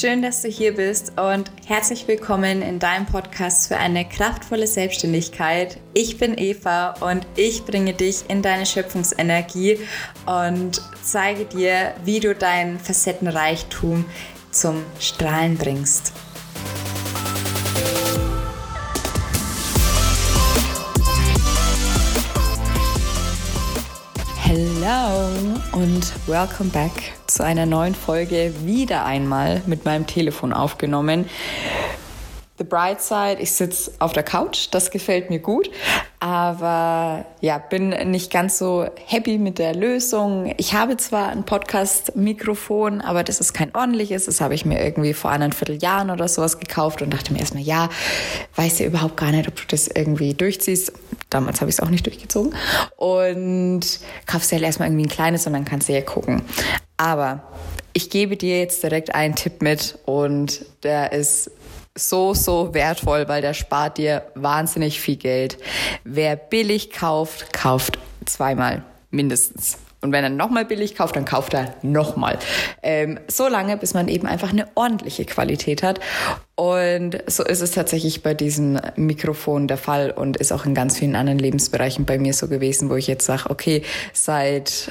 Schön, dass du hier bist und herzlich willkommen in deinem Podcast für eine kraftvolle Selbstständigkeit. Ich bin Eva und ich bringe dich in deine Schöpfungsenergie und zeige dir, wie du dein Facettenreichtum zum Strahlen bringst. Hello und welcome back zu einer neuen Folge, wieder einmal mit meinem Telefon aufgenommen. The bright side, ich sitze auf der Couch, das gefällt mir gut, aber ja, bin nicht ganz so happy mit der Lösung. Ich habe zwar ein Podcast-Mikrofon, aber das ist kein ordentliches, das habe ich mir irgendwie vor 1,25 Jahren oder sowas gekauft und dachte mir erstmal, ja, weiß ja überhaupt gar nicht, ob du das irgendwie durchziehst. Damals habe ich es auch nicht durchgezogen und kaufst ja erstmal irgendwie ein kleines und dann kannst du ja gucken. Aber ich gebe dir jetzt direkt einen Tipp mit und der ist so wertvoll, weil der spart dir wahnsinnig viel Geld. Wer billig kauft, kauft zweimal mindestens. Und wenn er nochmal billig kauft, dann kauft er nochmal. So lange, bis man eben einfach eine ordentliche Qualität hat. Und so ist es tatsächlich bei diesem Mikrofon der Fall und ist auch in ganz vielen anderen Lebensbereichen bei mir so gewesen, wo ich jetzt sage, okay, seit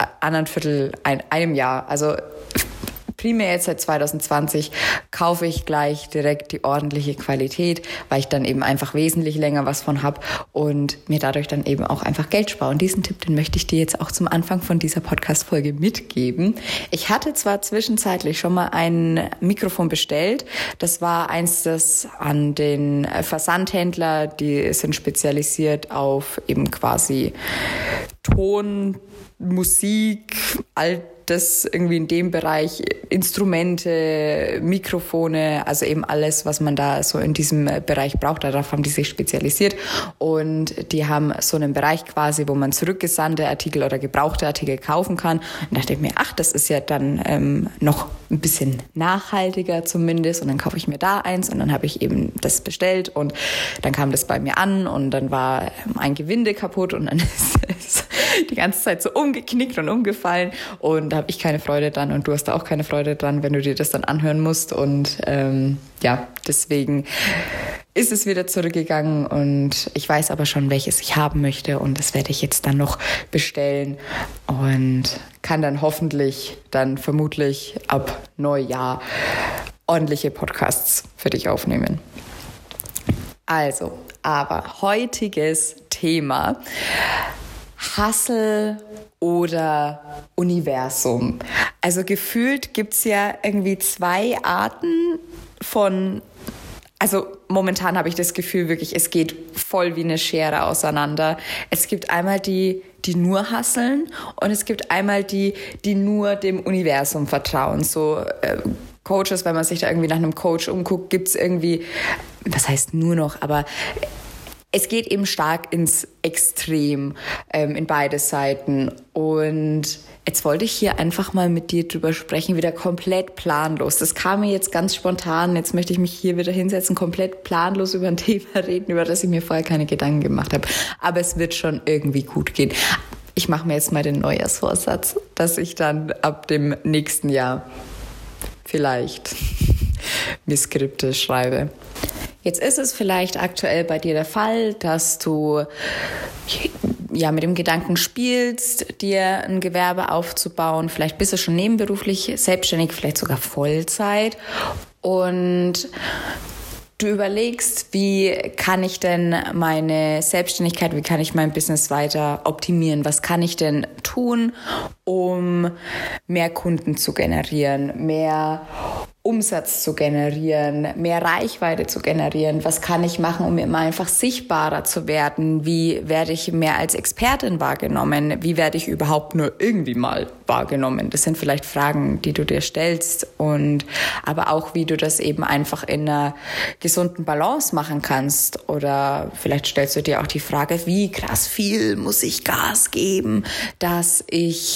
einem Jahr, also primär jetzt seit 2020 kaufe ich gleich direkt die ordentliche Qualität, weil ich dann eben einfach wesentlich länger was von habe und mir dadurch dann eben auch einfach Geld spare. Und diesen Tipp, den möchte ich dir jetzt auch zum Anfang von dieser Podcast-Folge mitgeben. Ich hatte zwar zwischenzeitlich schon mal ein Mikrofon bestellt. Das war eins, das an den Versandhändler, die sind spezialisiert auf eben quasi Ton, Musik, all das irgendwie in dem Bereich, Instrumente, Mikrofone, also eben alles, was man da so in diesem Bereich braucht. Darauf haben die sich spezialisiert und die haben so einen Bereich quasi, wo man zurückgesandte Artikel oder gebrauchte Artikel kaufen kann. Und da dachte ich mir, das ist ja dann noch ein bisschen nachhaltiger zumindest und dann kaufe ich mir da eins und dann habe ich eben das bestellt und dann kam das bei mir an und dann war ein Gewinde kaputt und dann ist es die ganze Zeit so umgeknickt und umgefallen und da habe ich keine Freude dran und du hast da auch keine Freude dran, wenn du dir das dann anhören musst und deswegen ist es wieder zurückgegangen und ich weiß aber schon, welches ich haben möchte und das werde ich jetzt dann noch bestellen und kann dann hoffentlich dann vermutlich ab Neujahr ordentliche Podcasts für dich aufnehmen. Also, aber heutiges Thema: Hustle oder Universum. Also gefühlt gibt's ja irgendwie zwei Arten von, also momentan habe ich das Gefühl wirklich, es geht voll wie eine Schere auseinander. Es gibt einmal die nur hustlen und es gibt einmal die nur dem Universum vertrauen. So Coaches, wenn man sich da irgendwie nach einem Coach umguckt, gibt's irgendwie, was heißt nur noch, aber es geht eben stark ins Extrem, in beide Seiten. Und jetzt wollte ich hier einfach mal mit dir drüber sprechen, wieder komplett planlos. Das kam mir jetzt ganz spontan. Jetzt möchte ich mich hier wieder hinsetzen, komplett planlos über ein Thema reden, über das ich mir vorher keine Gedanken gemacht habe. Aber es wird schon irgendwie gut gehen. Ich mache mir jetzt mal den Neujahrsvorsatz, dass ich dann ab dem nächsten Jahr vielleicht mir Skripte schreibe. Jetzt ist es vielleicht aktuell bei dir der Fall, dass du mit dem Gedanken spielst, dir ein Gewerbe aufzubauen. Vielleicht bist du schon nebenberuflich selbstständig, vielleicht sogar Vollzeit. Und du überlegst, wie kann ich denn meine Selbstständigkeit, wie kann ich mein Business weiter optimieren? Was kann ich denn tun, um mehr Kunden zu generieren, mehr Umsatz zu generieren, mehr Reichweite zu generieren? Was kann ich machen, um immer einfach sichtbarer zu werden? Wie werde ich mehr als Expertin wahrgenommen? Wie werde ich überhaupt nur irgendwie mal wahrgenommen? Das sind vielleicht Fragen, die du dir stellst und aber auch, wie du das eben einfach in einer gesunden Balance machen kannst. Oder vielleicht stellst du dir auch die Frage, wie krass viel muss ich Gas geben, dass ich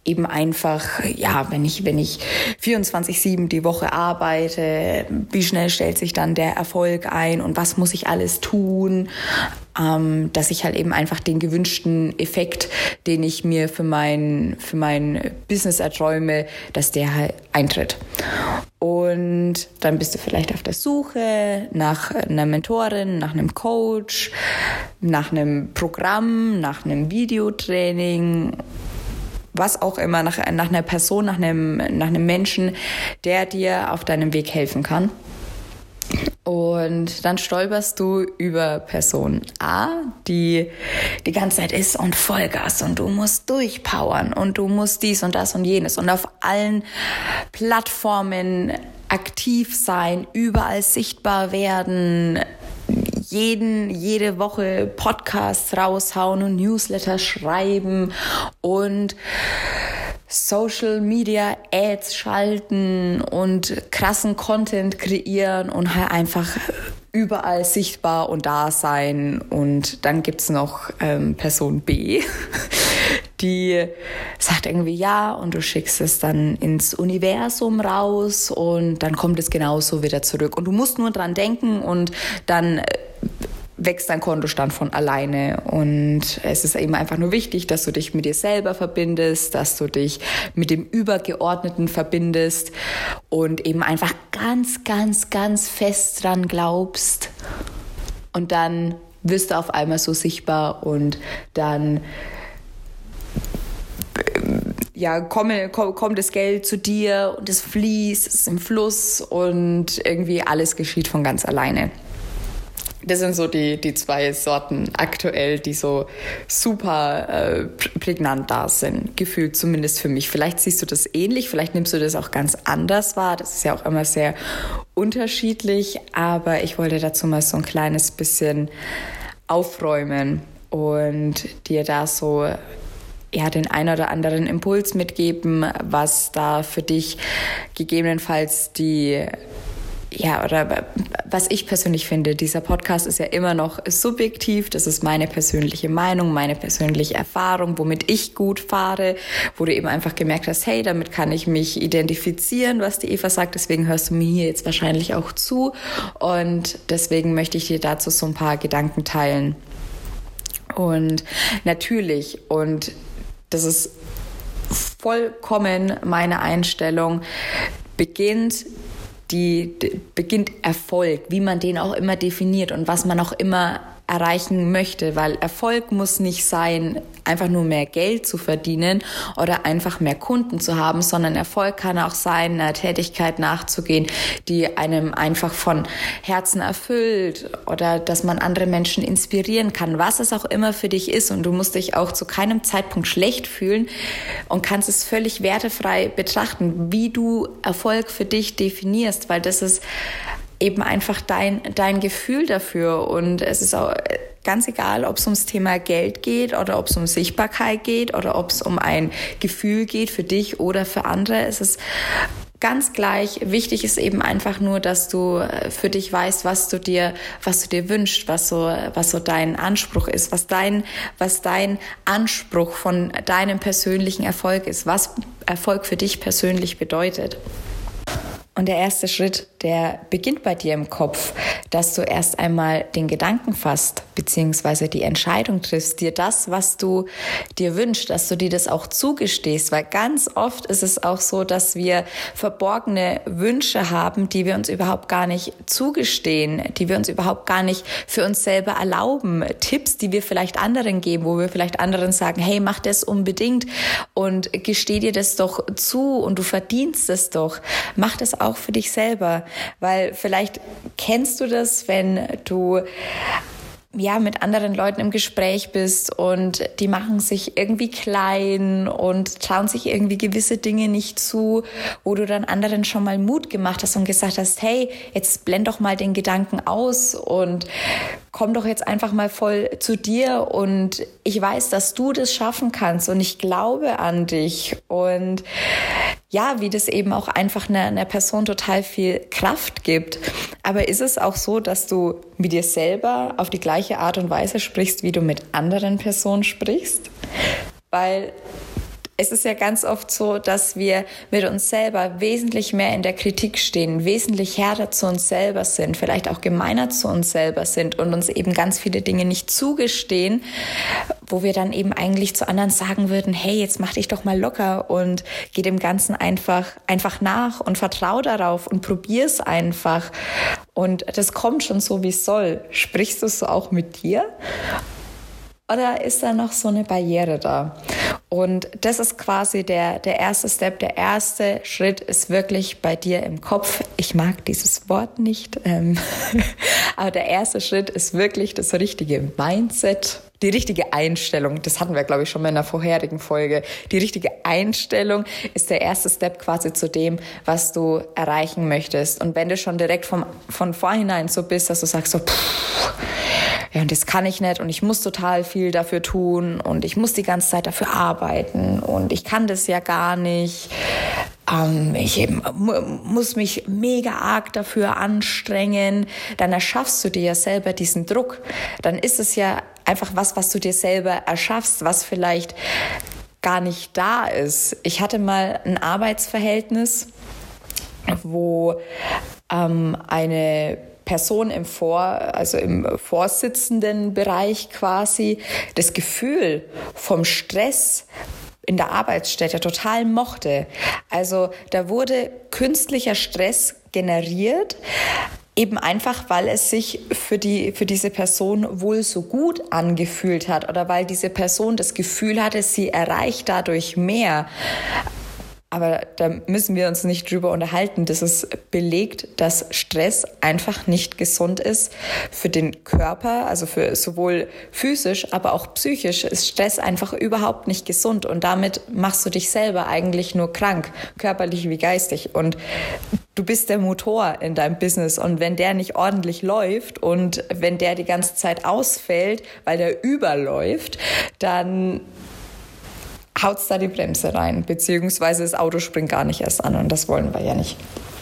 eben einfach, ja, wenn ich 24/7 die Woche arbeite, wie schnell stellt sich dann der Erfolg ein und was muss ich alles tun, dass ich halt eben einfach den gewünschten Effekt, den ich mir für mein Business erträume, dass der halt eintritt. Und dann bist du vielleicht auf der Suche nach einer Mentorin, nach einem Coach, nach einem Programm, nach einem Videotraining, was auch immer, nach einer Person, nach einem Menschen, der dir auf deinem Weg helfen kann. Und dann stolperst du über Person A, die die ganze Zeit ist und Vollgas und du musst durchpowern und du musst dies und das und jenes und auf allen Plattformen aktiv sein, überall sichtbar werden, jede Woche Podcasts raushauen und Newsletter schreiben und Social Media Ads schalten und krassen Content kreieren und halt einfach überall sichtbar und da sein. Und dann gibt's noch Person B, die sagt irgendwie ja und du schickst es dann ins Universum raus und dann kommt es genauso wieder zurück. Und du musst nur dran denken und dann wächst dein Kontostand von alleine. Und es ist eben einfach nur wichtig, dass du dich mit dir selber verbindest, dass du dich mit dem Übergeordneten verbindest und eben einfach ganz, ganz, ganz fest dran glaubst. Und dann wirst du auf einmal so sichtbar und dann kommt das Geld zu dir und es fließt, es ist im Fluss und irgendwie alles geschieht von ganz alleine. Das sind so die zwei Sorten aktuell, die so super prägnant da sind, gefühlt zumindest für mich. Vielleicht siehst du das ähnlich, vielleicht nimmst du das auch ganz anders wahr. Das ist ja auch immer sehr unterschiedlich, aber ich wollte dazu mal so ein kleines bisschen aufräumen und dir da so den ein oder anderen Impuls mitgeben, was da für dich gegebenenfalls oder was ich persönlich finde, dieser Podcast ist ja immer noch subjektiv, das ist meine persönliche Meinung, meine persönliche Erfahrung, womit ich gut fahre, wo du eben einfach gemerkt hast, hey, damit kann ich mich identifizieren, was die Eva sagt, deswegen hörst du mir hier jetzt wahrscheinlich auch zu und deswegen möchte ich dir dazu so ein paar Gedanken teilen. Und natürlich, und das ist vollkommen meine Einstellung, beginnt Erfolg, wie man den auch immer definiert und was man auch immer erreichen möchte, weil Erfolg muss nicht sein, einfach nur mehr Geld zu verdienen oder einfach mehr Kunden zu haben, sondern Erfolg kann auch sein, einer Tätigkeit nachzugehen, die einem einfach von Herzen erfüllt oder dass man andere Menschen inspirieren kann, was es auch immer für dich ist und du musst dich auch zu keinem Zeitpunkt schlecht fühlen und kannst es völlig wertefrei betrachten, wie du Erfolg für dich definierst, weil das ist eben einfach dein Gefühl dafür und es ist auch ganz egal, ob es ums Thema Geld geht oder ob es um Sichtbarkeit geht oder ob es um ein Gefühl geht für dich oder für andere. Es ist ganz gleich. Wichtig ist eben einfach nur, dass du für dich weißt, was du dir wünschst, was so dein Anspruch ist, was dein Anspruch von deinem persönlichen Erfolg ist, was Erfolg für dich persönlich bedeutet. Und der erste Schritt, der beginnt bei dir im Kopf, dass du erst einmal den Gedanken fasst, beziehungsweise die Entscheidung triffst, dir das, was du dir wünschst, dass du dir das auch zugestehst, weil ganz oft ist es auch so, dass wir verborgene Wünsche haben, die wir uns überhaupt gar nicht zugestehen, die wir uns überhaupt gar nicht für uns selber erlauben, Tipps, die wir vielleicht anderen geben, wo wir vielleicht anderen sagen, hey, mach das unbedingt und gesteh dir das doch zu und du verdienst es doch, mach das auch für dich selber, weil vielleicht kennst du das, wenn du mit anderen Leuten im Gespräch bist und die machen sich irgendwie klein und trauen sich irgendwie gewisse Dinge nicht zu, wo du dann anderen schon mal Mut gemacht hast und gesagt hast, hey, jetzt blend doch mal den Gedanken aus und komm doch jetzt einfach mal voll zu dir und ich weiß, dass du das schaffen kannst und ich glaube an dich und wie das eben auch einfach einer Person total viel Kraft gibt. Aber ist es auch so, dass du mit dir selber auf die gleiche Art und Weise sprichst, wie du mit anderen Personen sprichst? Weil es ist ja ganz oft so, dass wir mit uns selber wesentlich mehr in der Kritik stehen, wesentlich härter zu uns selber sind, vielleicht auch gemeiner zu uns selber sind und uns eben ganz viele Dinge nicht zugestehen, wo wir dann eben eigentlich zu anderen sagen würden, hey, jetzt mach dich doch mal locker und geh dem Ganzen einfach nach und vertrau darauf und probier's einfach. Und das kommt schon so, wie es soll. Sprichst du es so auch mit dir? Oder ist da noch so eine Barriere da? Und das ist quasi der erste Step. Der erste Schritt ist wirklich bei dir im Kopf. Ich mag dieses Wort nicht, aber der erste Schritt ist wirklich das richtige Mindset, die richtige Einstellung. Das hatten wir, glaube ich, schon mal in der vorherigen Folge. Die richtige Einstellung ist der erste Step quasi zu dem, was du erreichen möchtest. Und wenn du schon direkt von vorhinein so bist, dass du sagst so, ja, und das kann ich nicht und ich muss total viel dafür tun und ich muss die ganze Zeit dafür arbeiten und ich kann das ja gar nicht. Ich muss mich mega arg dafür anstrengen. Dann erschaffst du dir ja selber diesen Druck. Dann ist es ja einfach was du dir selber erschaffst, was vielleicht gar nicht da ist. Ich hatte mal ein Arbeitsverhältnis, wo eine Person im vorsitzenden Bereich quasi das Gefühl vom Stress in der Arbeitsstätte total mochte. Also da wurde künstlicher Stress generiert, eben einfach, weil es sich für diese Person wohl so gut angefühlt hat oder weil diese Person das Gefühl hatte, sie erreicht dadurch mehr. Aber da müssen wir uns nicht drüber unterhalten. Das ist belegt, dass Stress einfach nicht gesund ist für den Körper, also für sowohl physisch, aber auch psychisch ist Stress einfach überhaupt nicht gesund. Und damit machst du dich selber eigentlich nur krank, körperlich wie geistig. Und du bist der Motor in deinem Business. Und wenn der nicht ordentlich läuft und wenn der die ganze Zeit ausfällt, weil der überläuft, dann haut's da die Bremse rein, beziehungsweise das Auto springt gar nicht erst an und das wollen wir ja nicht.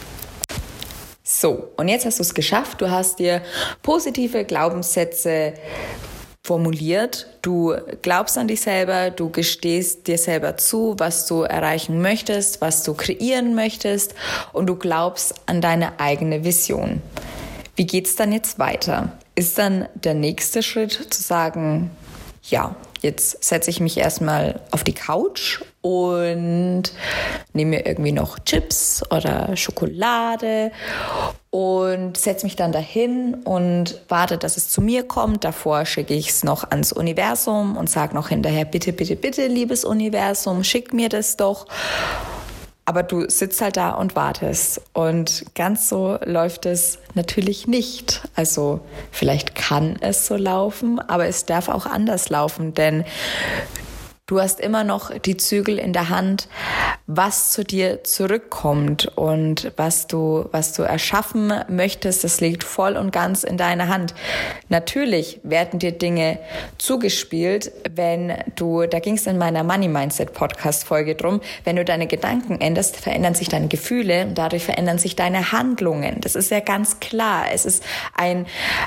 So, und jetzt hast du es geschafft. Du hast dir positive Glaubenssätze formuliert. Du glaubst an dich selber, du gestehst dir selber zu, was du erreichen möchtest, was du kreieren möchtest und du glaubst an deine eigene Vision. Wie geht's dann jetzt weiter? Ist dann der nächste Schritt zu sagen, ja, jetzt setze ich mich erstmal auf die Couch und nehme mir irgendwie noch Chips oder Schokolade und setze mich dann dahin und warte, dass es zu mir kommt. Davor schicke ich es noch ans Universum und sage noch hinterher, bitte, bitte, bitte, liebes Universum, schick mir das doch. Aber du sitzt halt da und wartest. Und ganz so läuft es natürlich nicht. Also vielleicht kann es so laufen, aber es darf auch anders laufen, denn du hast immer noch die Zügel in der Hand, was zu dir zurückkommt und was du erschaffen möchtest, das liegt voll und ganz in deiner Hand. Natürlich werden dir Dinge zugespielt, da ging es in meiner Money Mindset Podcast Folge drum, wenn du deine Gedanken änderst, verändern sich deine Gefühle und dadurch verändern sich deine Handlungen. Das ist ja ganz klar. Es ist eine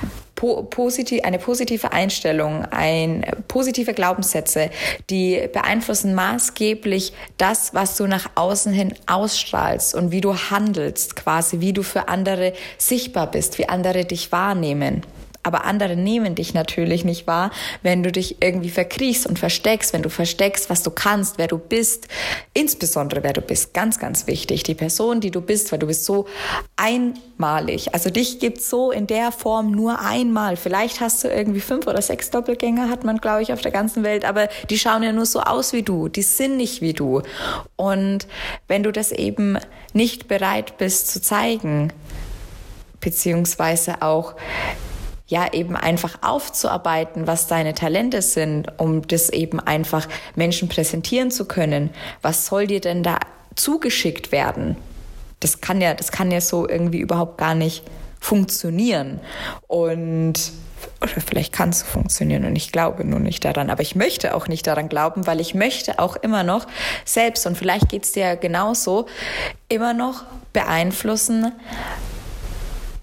positive Einstellung, positive Glaubenssätze, die beeinflussen maßgeblich das, was du nach außen hin ausstrahlst und wie du handelst, quasi wie du für andere sichtbar bist, wie andere dich wahrnehmen. Aber andere nehmen dich natürlich nicht wahr, wenn du dich irgendwie verkriechst und versteckst, wenn du versteckst, was du kannst, wer du bist, insbesondere wer du bist, ganz, ganz wichtig, die Person, die du bist, weil du bist so einmalig. Also dich gibt's so in der Form nur einmal. Vielleicht hast du irgendwie 5 oder 6 Doppelgänger, hat man, glaube ich, auf der ganzen Welt, aber die schauen ja nur so aus wie du, die sind nicht wie du. Und wenn du das eben nicht bereit bist zu zeigen, beziehungsweise auch eben einfach aufzuarbeiten, was deine Talente sind, um das eben einfach Menschen präsentieren zu können. Was soll dir denn da zugeschickt werden? Das kann ja so irgendwie überhaupt gar nicht funktionieren. Oder vielleicht kann es funktionieren und ich glaube nur nicht daran. Aber ich möchte auch nicht daran glauben, weil ich möchte auch immer noch selbst, und vielleicht geht es dir ja genauso, immer noch beeinflussen,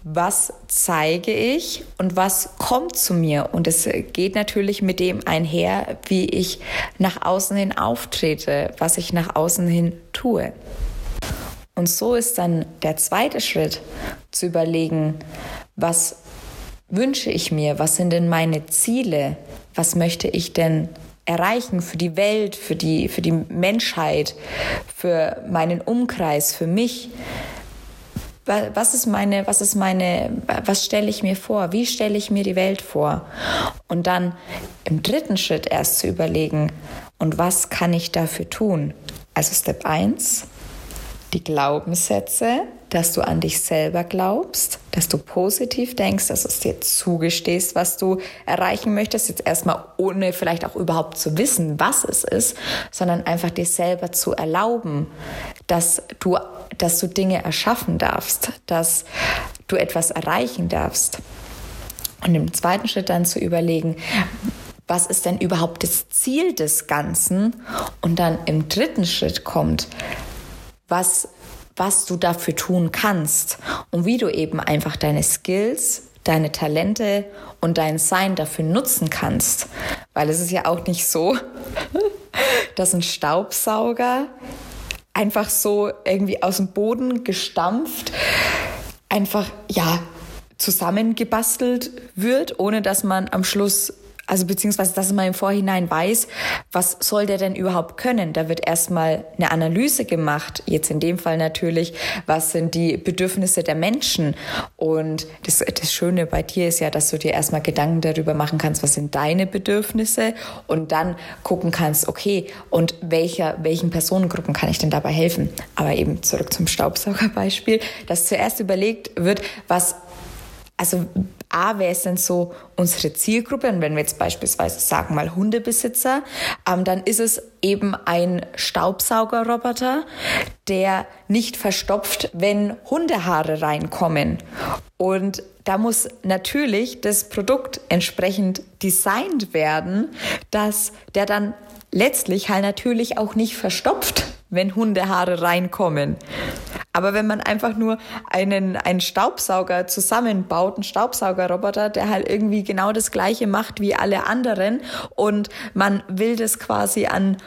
was zeige ich und was kommt zu mir. Und es geht natürlich mit dem einher, wie ich nach außen hin auftrete, was ich nach außen hin tue. Und so ist dann der zweite Schritt, zu überlegen, was wünsche ich mir, was sind denn meine Ziele, was möchte ich denn erreichen für die Welt, für die Menschheit, für meinen Umkreis, für mich. Was stelle ich mir vor? Wie stelle ich mir die Welt vor? Und dann im dritten Schritt erst zu überlegen, und was kann ich dafür tun? Also Step 1, die Glaubenssätze, dass du an dich selber glaubst, dass du positiv denkst, dass du es dir zugestehst, was du erreichen möchtest. Jetzt erstmal ohne vielleicht auch überhaupt zu wissen, was es ist, sondern einfach dir selber zu erlauben, dass du Dinge erschaffen darfst, dass du etwas erreichen darfst. Und im zweiten Schritt dann zu überlegen, was ist denn überhaupt das Ziel des Ganzen? Und dann im dritten Schritt kommt, was du dafür tun kannst und wie du eben einfach deine Skills, deine Talente und dein Sein dafür nutzen kannst. Weil es ist ja auch nicht so, dass ein Staubsauger einfach so irgendwie aus dem Boden gestampft, einfach zusammengebastelt wird, ohne dass man am Schluss, also beziehungsweise, dass man im Vorhinein weiß, was soll der denn überhaupt können? Da wird erstmal eine Analyse gemacht, jetzt in dem Fall natürlich, was sind die Bedürfnisse der Menschen? Und das Schöne bei dir ist ja, dass du dir erstmal Gedanken darüber machen kannst, was sind deine Bedürfnisse? Und dann gucken kannst, okay, und welchen Personengruppen kann ich denn dabei helfen? Aber eben zurück zum Staubsaugerbeispiel, dass zuerst überlegt wird, wer ist denn so unsere Zielgruppe? Und wenn wir jetzt beispielsweise sagen mal Hundebesitzer, dann ist es eben ein Staubsaugerroboter, der nicht verstopft, wenn Hundehaare reinkommen. Und da muss natürlich das Produkt entsprechend designt werden, dass der dann letztlich halt natürlich auch nicht verstopft, wenn Hundehaare reinkommen. Aber wenn man einfach nur einen Staubsauger zusammenbaut, einen Staubsaugerroboter, der halt irgendwie genau das Gleiche macht wie alle anderen und man will das quasi an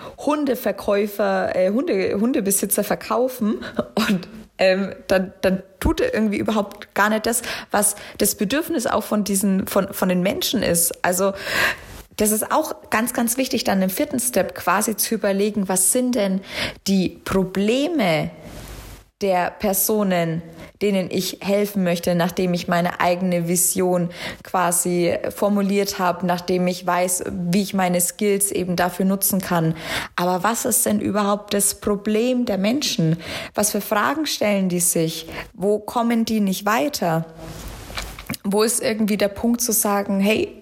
Hundebesitzer verkaufen und dann tut er irgendwie überhaupt gar nicht das, was das Bedürfnis auch von den Menschen ist. Also das ist auch ganz, ganz wichtig, dann im vierten Step quasi zu überlegen, was sind denn die Probleme der Personen, denen ich helfen möchte, nachdem ich meine eigene Vision quasi formuliert habe, nachdem ich weiß, wie ich meine Skills eben dafür nutzen kann. Aber was ist denn überhaupt das Problem der Menschen? Was für Fragen stellen die sich? Wo kommen die nicht weiter? Wo ist irgendwie der Punkt zu sagen, hey,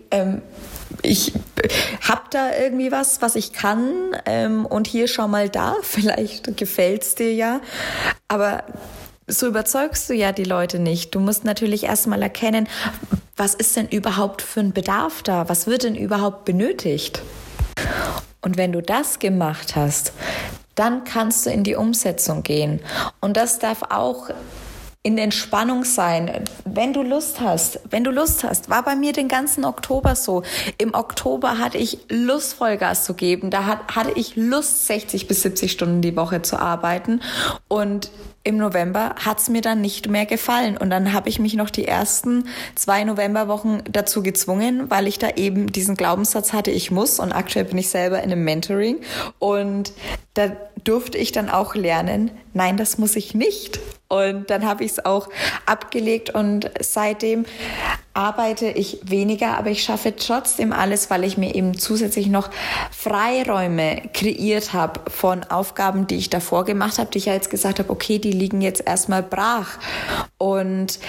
ich habe da irgendwie was ich kann und hier schau mal da, vielleicht gefällt's dir ja, aber so überzeugst du ja die Leute nicht. Du musst natürlich erstmal erkennen, was ist denn überhaupt für ein Bedarf da, was wird denn überhaupt benötigt? Und wenn du das gemacht hast, dann kannst du in die Umsetzung gehen und das darf auch in Entspannung sein, wenn du Lust hast, war bei mir den ganzen Oktober so. Im Oktober hatte ich Lust, Vollgas zu geben, da hatte ich Lust, 60 bis 70 Stunden die Woche zu arbeiten und im November hat es mir dann nicht mehr gefallen und dann habe ich mich noch die ersten 2 Novemberwochen dazu gezwungen, weil ich da eben diesen Glaubenssatz hatte, ich muss, und aktuell bin ich selber in einem Mentoring und da durfte ich dann auch lernen, nein, das muss ich nicht. Und dann habe ich es auch abgelegt und seitdem arbeite ich weniger, aber ich schaffe trotzdem alles, weil ich mir eben zusätzlich noch Freiräume kreiert habe von Aufgaben, die ich davor gemacht habe, die ich ja jetzt gesagt habe, okay, die liegen jetzt erstmal brach. Und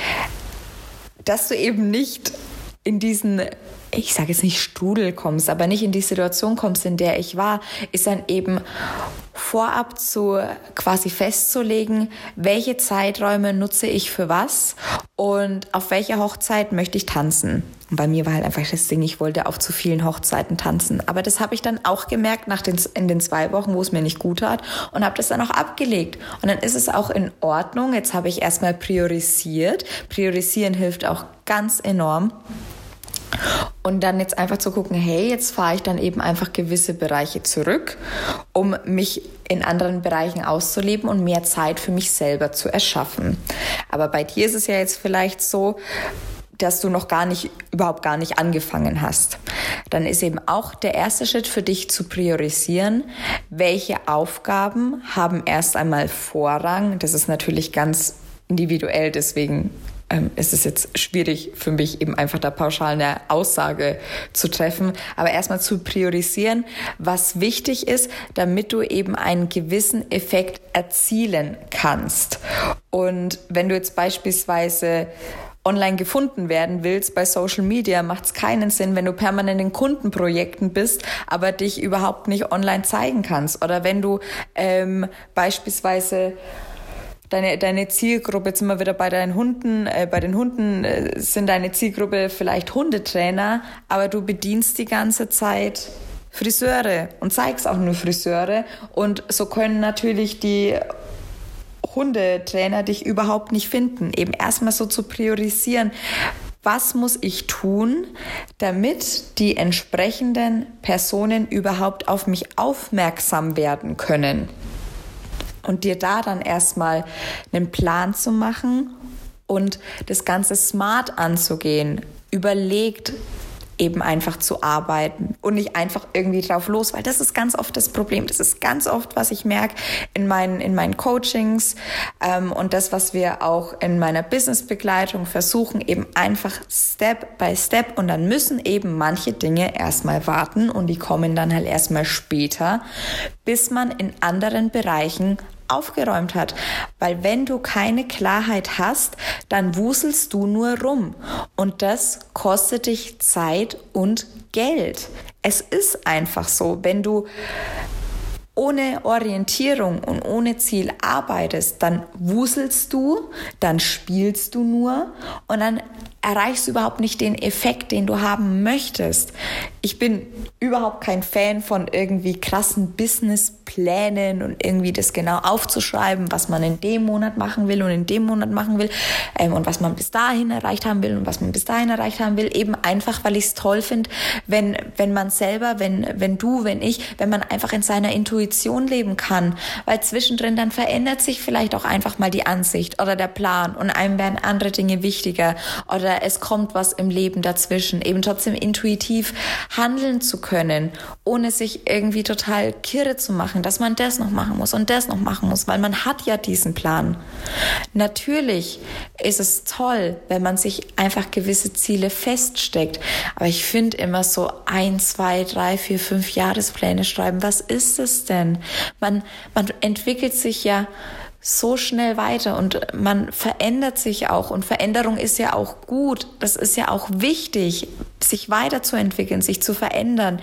dass du eben nicht in diesen, ich sage jetzt nicht Strudel kommst, aber nicht in die Situation kommst, in der ich war, ist dann eben vorab quasi festzulegen, welche Zeiträume nutze ich für was und auf welcher Hochzeit möchte ich tanzen. Und bei mir war halt einfach das Ding, ich wollte auf zu vielen Hochzeiten tanzen. Aber das habe ich dann auch gemerkt in den 2 Wochen, wo es mir nicht gut tat, und habe das dann auch abgelegt. Und dann ist es auch in Ordnung. Jetzt habe ich erstmal priorisiert. Priorisieren hilft auch ganz enorm. Und dann jetzt einfach zu gucken, hey, jetzt fahre ich dann eben einfach gewisse Bereiche zurück, um mich in anderen Bereichen auszuleben und mehr Zeit für mich selber zu erschaffen. Aber bei dir ist es ja jetzt vielleicht so, dass du überhaupt gar nicht angefangen hast. Dann ist eben auch der erste Schritt für dich zu priorisieren, welche Aufgaben haben erst einmal Vorrang. Das ist natürlich ganz individuell, deswegen ist es jetzt schwierig für mich, eben einfach da pauschal eine Aussage zu treffen. Aber erstmal zu priorisieren, was wichtig ist, damit du eben einen gewissen Effekt erzielen kannst. Und wenn du jetzt beispielsweise online gefunden werden willst bei Social Media, macht es keinen Sinn, wenn du permanent in Kundenprojekten bist, aber dich überhaupt nicht online zeigen kannst. Oder wenn du beispielsweise deine Zielgruppe, jetzt sind wir wieder bei den Hunden sind deine Zielgruppe vielleicht Hundetrainer, aber du bedienst die ganze Zeit Friseure und zeigst auch nur Friseure, und so können natürlich die Hundetrainer dich überhaupt nicht finden. Eben erstmal so zu priorisieren, was muss ich tun, damit die entsprechenden Personen überhaupt auf mich aufmerksam werden können. Und dir da dann erstmal einen Plan zu machen und das Ganze smart anzugehen, überlegt eben einfach zu arbeiten und nicht einfach irgendwie drauf los, weil das ist ganz oft das Problem. Das ist ganz oft, was ich merke in meinen Coachings und das, was wir auch in meiner Businessbegleitung versuchen, eben einfach Step by Step, und dann müssen eben manche Dinge erstmal warten und die kommen dann halt erstmal später, bis man in anderen Bereichen aufgeräumt hat. Weil wenn du keine Klarheit hast, dann wuselst du nur rum. Und das kostet dich Zeit und Geld. Es ist einfach so, wenn du ohne Orientierung und ohne Ziel arbeitest, dann wuselst du, dann spielst du nur und dann erreichst du überhaupt nicht den Effekt, den du haben möchtest. Ich bin überhaupt kein Fan von irgendwie krassen Businessplänen und irgendwie das genau aufzuschreiben, was man in dem Monat machen will und in dem Monat machen will und was man bis dahin erreicht haben will und was man bis dahin erreicht haben will. Eben einfach, weil ich es toll finde, wenn man selber, wenn man einfach in seiner Intuition leben kann. Weil zwischendrin dann verändert sich vielleicht auch einfach mal die Ansicht oder der Plan und einem werden andere Dinge wichtiger oder es kommt was im Leben dazwischen. Eben trotzdem intuitiv handeln zu können, ohne sich irgendwie total kirre zu machen, dass man das noch machen muss und das noch machen muss, weil man hat ja diesen Plan. Natürlich ist es toll, wenn man sich einfach gewisse Ziele feststeckt, aber ich finde immer so 1, 2, 3, 4, 5 Jahrespläne schreiben. Was ist es denn? Man entwickelt sich ja so schnell weiter und man verändert sich auch, und Veränderung ist ja auch gut, das ist ja auch wichtig, sich weiterzuentwickeln, sich zu verändern,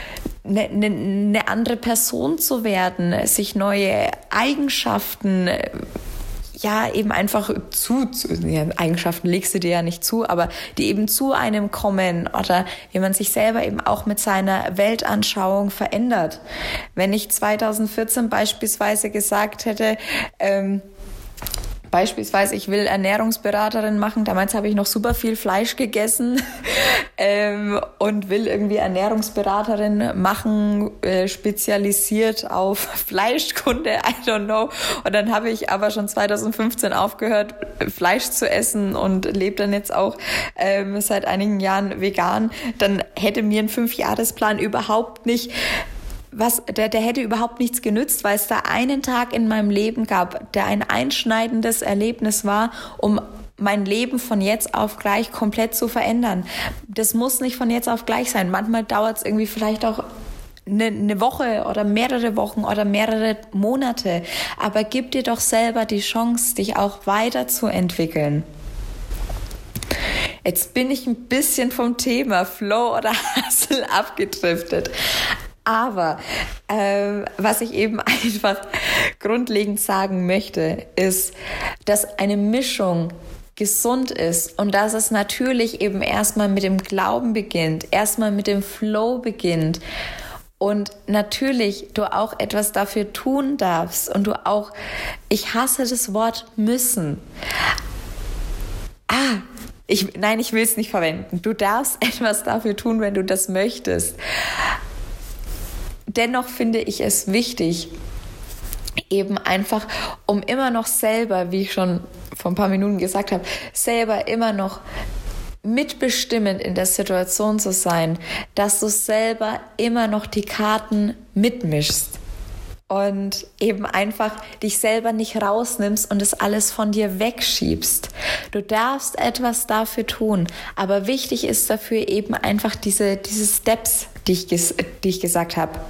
eine andere Person zu werden, sich neue Eigenschaften eben einfach Eigenschaften legst du dir ja nicht zu, aber die eben zu einem kommen, oder wie man sich selber eben auch mit seiner Weltanschauung verändert. Wenn ich 2014 beispielsweise gesagt hätte, ich will Ernährungsberaterin machen. Damals habe ich noch super viel Fleisch gegessen und will irgendwie Ernährungsberaterin machen, spezialisiert auf Fleischkunde, I don't know. Und dann habe ich aber schon 2015 aufgehört, Fleisch zu essen und lebe dann jetzt auch seit einigen Jahren vegan. Dann hätte mir ein 5-Jahresplan überhaupt nicht der hätte überhaupt nichts genützt, weil es da einen Tag in meinem Leben gab, der ein einschneidendes Erlebnis war, um mein Leben von jetzt auf gleich komplett zu verändern. Das muss nicht von jetzt auf gleich sein. Manchmal dauert es irgendwie vielleicht auch eine Woche oder mehrere Wochen oder mehrere Monate. Aber gib dir doch selber die Chance, dich auch weiterzuentwickeln. Jetzt bin ich ein bisschen vom Thema Flow oder Hustle abgedriftet. Aber was ich eben einfach grundlegend sagen möchte, ist, dass eine Mischung gesund ist und dass es natürlich eben erstmal mit dem Glauben beginnt, erstmal mit dem Flow beginnt und natürlich du auch etwas dafür tun darfst und du auch, ich hasse das Wort müssen. Ich will es nicht verwenden. Du darfst etwas dafür tun, wenn du das möchtest. Dennoch finde ich es wichtig, eben einfach, um immer noch selber, wie ich schon vor ein paar Minuten gesagt habe, selber immer noch mitbestimmend in der Situation zu sein, dass du selber immer noch die Karten mitmischst. Und eben einfach dich selber nicht rausnimmst und es alles von dir wegschiebst. Du darfst etwas dafür tun, aber wichtig ist dafür eben einfach diese Steps, die ich gesagt habe.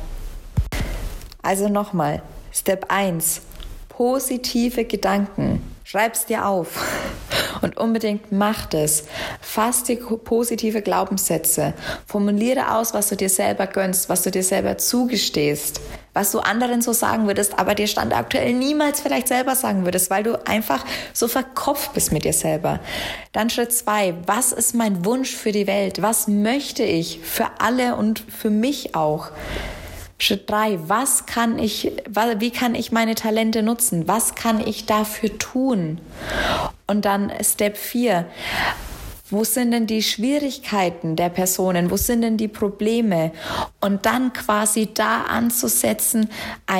Also nochmal, Step 1, positive Gedanken. Schreib's dir auf und unbedingt mach das. Fass dir positive Glaubenssätze. Formuliere aus, was du dir selber gönnst, was du dir selber zugestehst, was du anderen so sagen würdest, aber dir Stand aktuell niemals vielleicht selber sagen würdest, weil du einfach so verkopft bist mit dir selber. Dann Schritt 2, was ist mein Wunsch für die Welt? Was möchte ich für alle und für mich auch? Schritt 3, wie kann ich meine Talente nutzen? Was kann ich dafür tun? Und dann Step 4, wo sind denn die Schwierigkeiten der Personen? Wo sind denn die Probleme? Und dann quasi da anzusetzen,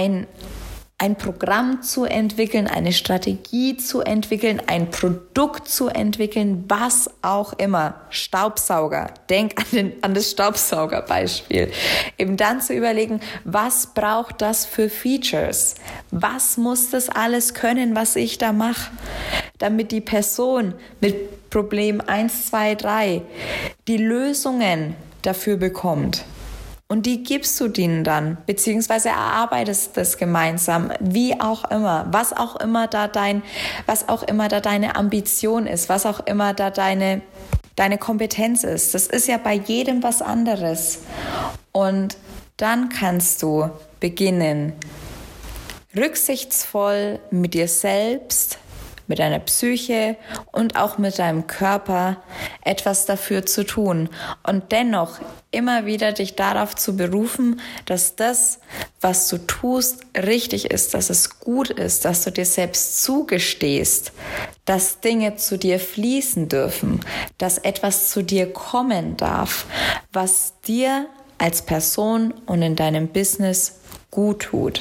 ein Programm zu entwickeln, eine Strategie zu entwickeln, ein Produkt zu entwickeln, was auch immer. Staubsauger. Denk an das Staubsaugerbeispiel. Eben dann zu überlegen, was braucht das für Features? Was muss das alles können, was ich da mache? Damit die Person mit Problem 1, 2, 3 die Lösungen dafür bekommt. Und die gibst du denen dann, beziehungsweise erarbeitest das gemeinsam, wie auch immer, was auch immer da deine Ambition ist, was auch immer da deine Kompetenz ist. Das ist ja bei jedem was anderes. Und dann kannst du beginnen, rücksichtsvoll mit dir selbst, mit deiner Psyche und auch mit deinem Körper etwas dafür zu tun und dennoch immer wieder dich darauf zu berufen, dass das, was du tust, richtig ist, dass es gut ist, dass du dir selbst zugestehst, dass Dinge zu dir fließen dürfen, dass etwas zu dir kommen darf, was dir als Person und in deinem Business gut tut.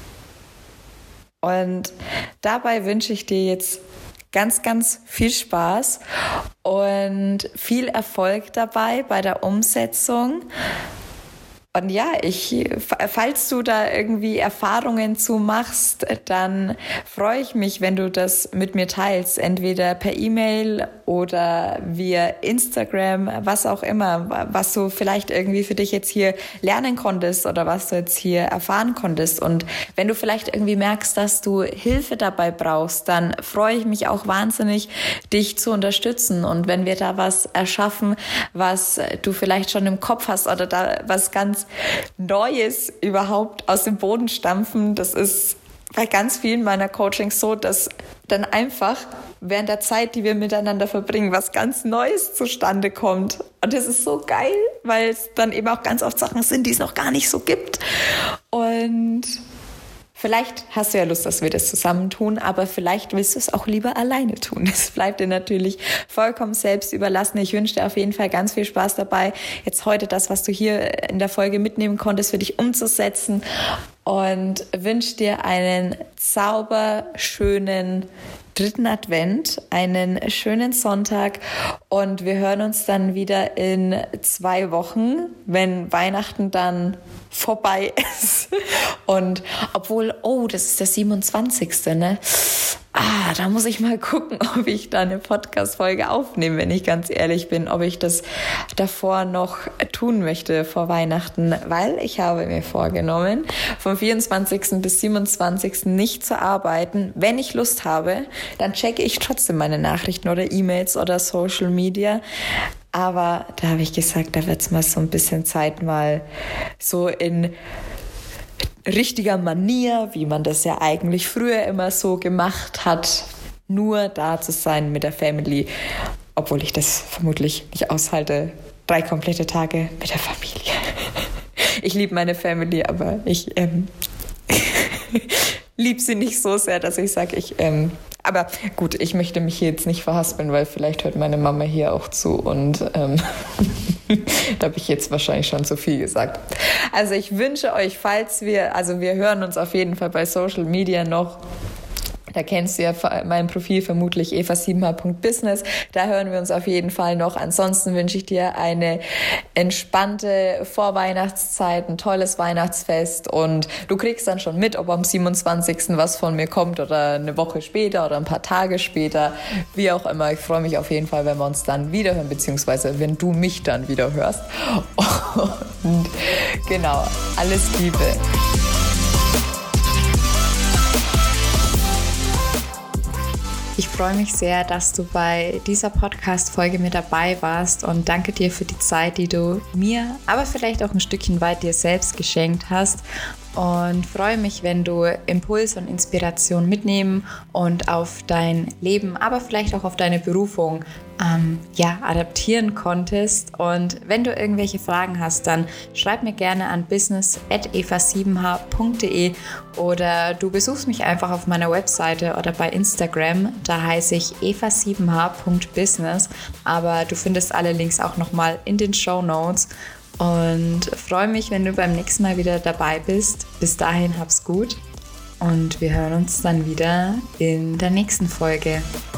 Und dabei wünsche ich dir jetzt ganz, ganz viel Spaß und viel Erfolg dabei bei der Umsetzung. Und ja, falls du da irgendwie Erfahrungen zu machst, dann freue ich mich, wenn du das mit mir teilst, entweder per E-Mail oder via Instagram, was auch immer, was du vielleicht irgendwie für dich jetzt hier lernen konntest oder was du jetzt hier erfahren konntest. Und wenn du vielleicht irgendwie merkst, dass du Hilfe dabei brauchst, dann freue ich mich auch wahnsinnig, dich zu unterstützen. Und wenn wir da was erschaffen, was du vielleicht schon im Kopf hast oder da was ganz Neues überhaupt aus dem Boden stampfen, das ist bei ganz vielen meiner Coachings so, dass dann einfach während der Zeit, die wir miteinander verbringen, was ganz Neues zustande kommt. Und das ist so geil, weil es dann eben auch ganz oft Sachen sind, die es noch gar nicht so gibt. Und vielleicht hast du ja Lust, dass wir das zusammen tun, aber vielleicht willst du es auch lieber alleine tun. Das bleibt dir natürlich vollkommen selbst überlassen. Ich wünsche dir auf jeden Fall ganz viel Spaß dabei, jetzt heute das, was du hier in der Folge mitnehmen konntest, für dich umzusetzen und wünsche dir einen zauberschönen 3. Advent, einen schönen Sonntag und wir hören uns dann wieder in 2 Wochen, wenn Weihnachten dann vorbei ist. Und obwohl, das ist der 27., ne? Da muss ich mal gucken, ob ich da eine Podcast-Folge aufnehme, wenn ich ganz ehrlich bin, ob ich das davor noch tun möchte vor Weihnachten, weil ich habe mir vorgenommen, vom 24. bis 27. nicht zu arbeiten. Wenn ich Lust habe, dann checke ich trotzdem meine Nachrichten oder E-Mails oder Social Media. Aber da habe ich gesagt, da wird es mal so ein bisschen Zeit, mal so in richtiger Manier, wie man das ja eigentlich früher immer so gemacht hat, nur da zu sein mit der Family, obwohl ich das vermutlich nicht aushalte, 3 komplette Tage mit der Familie. Ich liebe meine Family, aber ich liebe sie nicht so sehr, dass ich sage, aber gut, ich möchte mich hier jetzt nicht verhaspeln, weil vielleicht hört meine Mama hier auch zu und da habe ich jetzt wahrscheinlich schon zu viel gesagt. Also ich wünsche euch, wir hören uns auf jeden Fall bei Social Media noch. Da kennst du ja mein Profil vermutlich eva7h.business. Da hören wir uns auf jeden Fall noch. Ansonsten wünsche ich dir eine entspannte Vorweihnachtszeit, ein tolles Weihnachtsfest und du kriegst dann schon mit, ob am 27. was von mir kommt oder eine Woche später oder ein paar Tage später. Wie auch immer, ich freue mich auf jeden Fall, wenn wir uns dann wiederhören, beziehungsweise wenn du mich dann wieder hörst. Und genau, alles Liebe. Ich freue mich sehr, dass du bei dieser Podcast-Folge mit dabei warst und danke dir für die Zeit, die du mir, aber vielleicht auch ein Stückchen weit dir selbst geschenkt hast. Und freue mich, wenn du Impulse und Inspiration mitnehmen und auf dein Leben, aber vielleicht auch auf deine Berufung adaptieren konntest. Und wenn du irgendwelche Fragen hast, dann schreib mir gerne an business@eva7h.de oder du besuchst mich einfach auf meiner Webseite oder bei Instagram. Da heiße ich eva7h.business, aber du findest alle Links auch nochmal in den Shownotes. Und freue mich, wenn du beim nächsten Mal wieder dabei bist. Bis dahin hab's gut und wir hören uns dann wieder in der nächsten Folge.